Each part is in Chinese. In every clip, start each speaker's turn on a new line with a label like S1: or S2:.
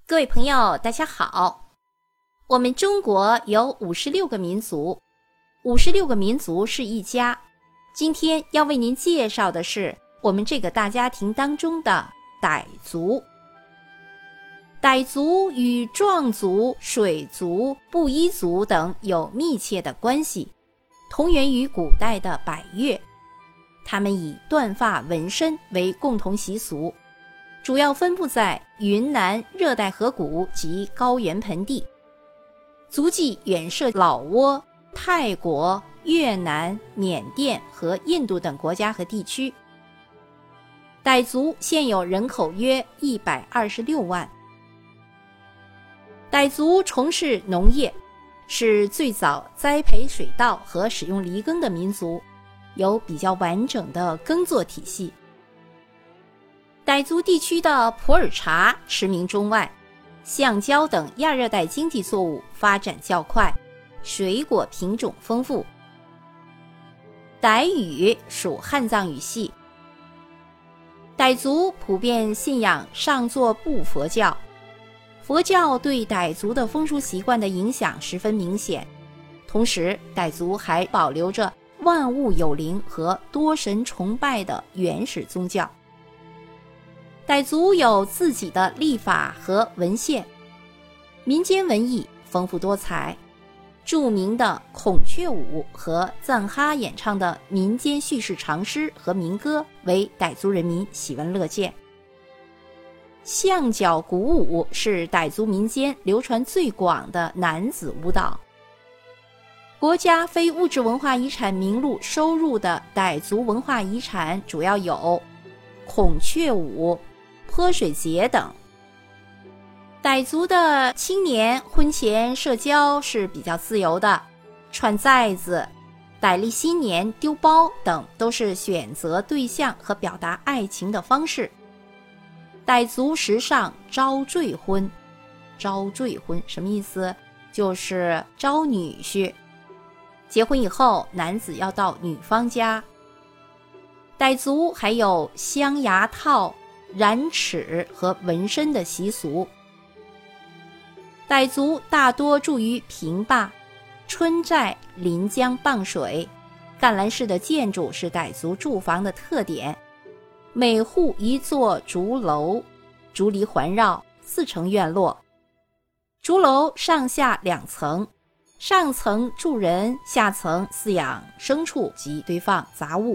S1: 各位朋友大家好，我们中国有56个民族，56个民族是一家。今天要为您介绍的是我们这个大家庭当中的傣族。傣族与壮族、水族、布依族等有密切的关系，同源于古代的百越。他们以断发纹身为共同习俗，主要分布在云南热带河谷及高原盆地，足迹远涉老挝、泰国、越南、缅甸和印度等国家和地区。傣族现有人口约126万。傣族从事农业，是最早栽培水稻和使用犁耕的民族，有比较完整的耕作体系。傣族地区的普洱茶驰名中外，橡胶等亚热带经济作物发展较快，水果品种丰富。傣语属汉藏语系。傣族普遍信仰上座部佛教，佛教对傣族的风俗习惯的影响十分明显，同时傣族还保留着万物有灵和多神崇拜的原始宗教。傣族有自己的历法和文献，民间文艺丰富多彩，著名的孔雀舞和藏哈演唱的民间叙事长诗和民歌为傣族人民喜闻乐见。象脚鼓舞是傣族民间流传最广的男子舞蹈。国家非物质文化遗产名录收入的傣族文化遗产主要有孔雀舞、泼水节等。傣族的青年婚前社交是比较自由的，串寨子、傣历新年、丢包等都是选择对象和表达爱情的方式。傣族时尚招赘婚，招赘婚什么意思？就是招女婿，结婚以后男子要到女方家。傣族还有镶牙套、染齿和纹身的习俗。傣族大多住于平坝、春寨、临江傍水，干栏式的建筑是傣族住房的特点，每户一座竹楼，竹篱环绕，4层院落。竹楼上下2层，上层住人，下层饲养牲畜及堆放杂物。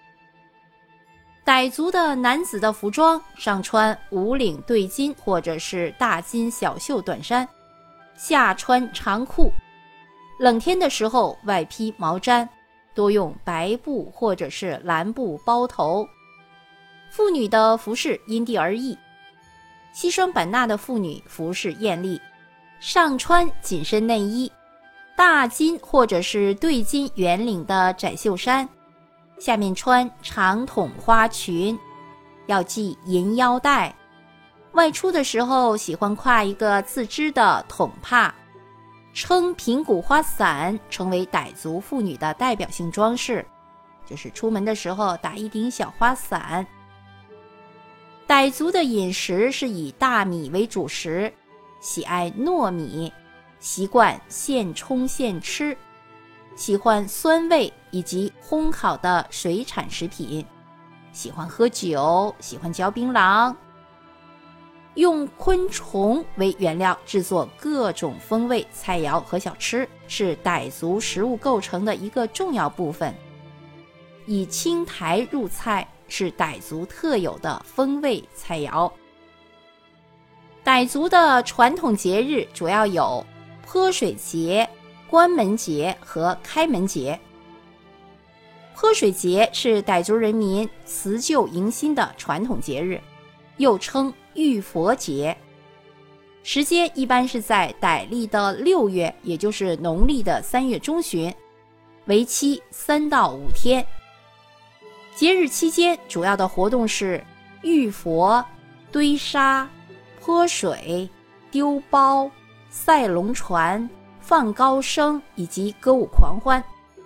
S1: 傣族的男子的服装上穿无领对襟或者是大襟小袖短衫，下穿长裤，冷天的时候外披毛毡，多用白布或者是蓝布包头。妇女的服饰因地而异，西双版纳的妇女服饰艳丽，上穿紧身内衣，大襟或者是对襟圆领的窄袖衫，下面穿长筒花裙，要系银腰带。外出的时候喜欢挎一个自织的筒帕，撑平谷花伞成为傣族妇女的代表性装饰，就是出门的时候打一顶小花伞。傣族的饮食是以大米为主食，喜爱糯米，习惯现冲现吃，喜欢酸味以及烘烤的水产食品，喜欢喝酒，喜欢嚼槟榔。用昆虫为原料制作各种风味菜肴和小吃，是傣族食物构成的一个重要部分。以青苔入菜是傣族特有的风味菜肴。傣族的传统节日主要有泼水节、关门节和开门节。泼水节是傣族人民辞旧迎新的传统节日，又称浴佛节，时间一般是在傣历的6月，也就是农历的3月中旬，为期3到5天。节日期间主要的活动是浴佛、堆沙、泼水、丢包、赛龙船、放高声以及歌舞狂欢。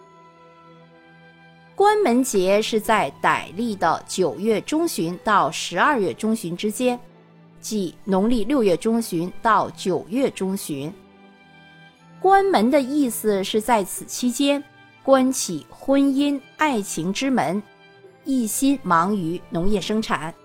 S1: 关门节是在傣历的9月中旬到12月中旬之间， 即农历6月中旬到9月中旬。关门的意思是在此期间关起婚姻爱情之门，一心忙于农业生产。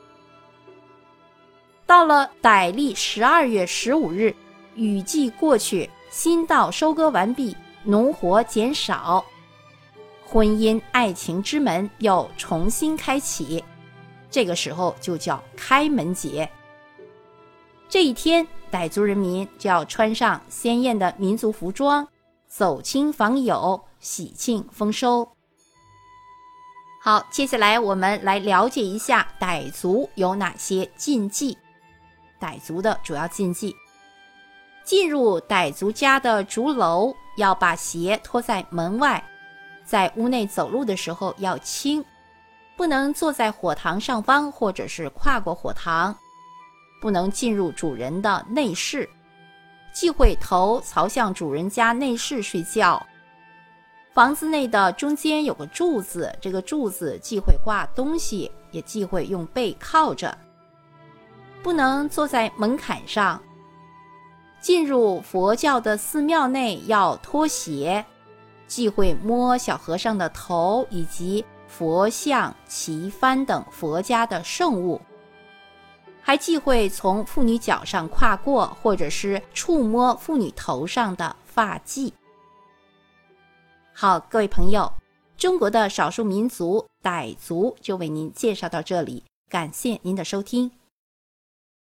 S1: 到了傣历12月15日，雨季过去，新稻收割完毕，农活减少，婚姻爱情之门又重新开启，这个时候就叫开门节。这一天，傣族人民就要穿上鲜艳的民族服装，走亲访友，喜庆丰收。好，接下来我们来了解一下傣族有哪些禁忌。傣族的主要禁忌：进入傣族家的竹楼，要把鞋脱在门外，在屋内走路的时候要轻，不能坐在火塘上方或者是跨过火塘，不能进入主人的内室，忌讳头朝向主人家内室睡觉。房子内的中间有个柱子，这个柱子忌讳挂东西，也忌讳用背靠着。不能坐在门槛上。进入佛教的寺庙内要脱鞋，忌讳摸小和尚的头以及佛像、旗幡等佛家的圣物，还忌讳从妇女脚上跨过，或者是触摸妇女头上的发髻。好，各位朋友，中国的少数民族傣族就为您介绍到这里，感谢您的收听。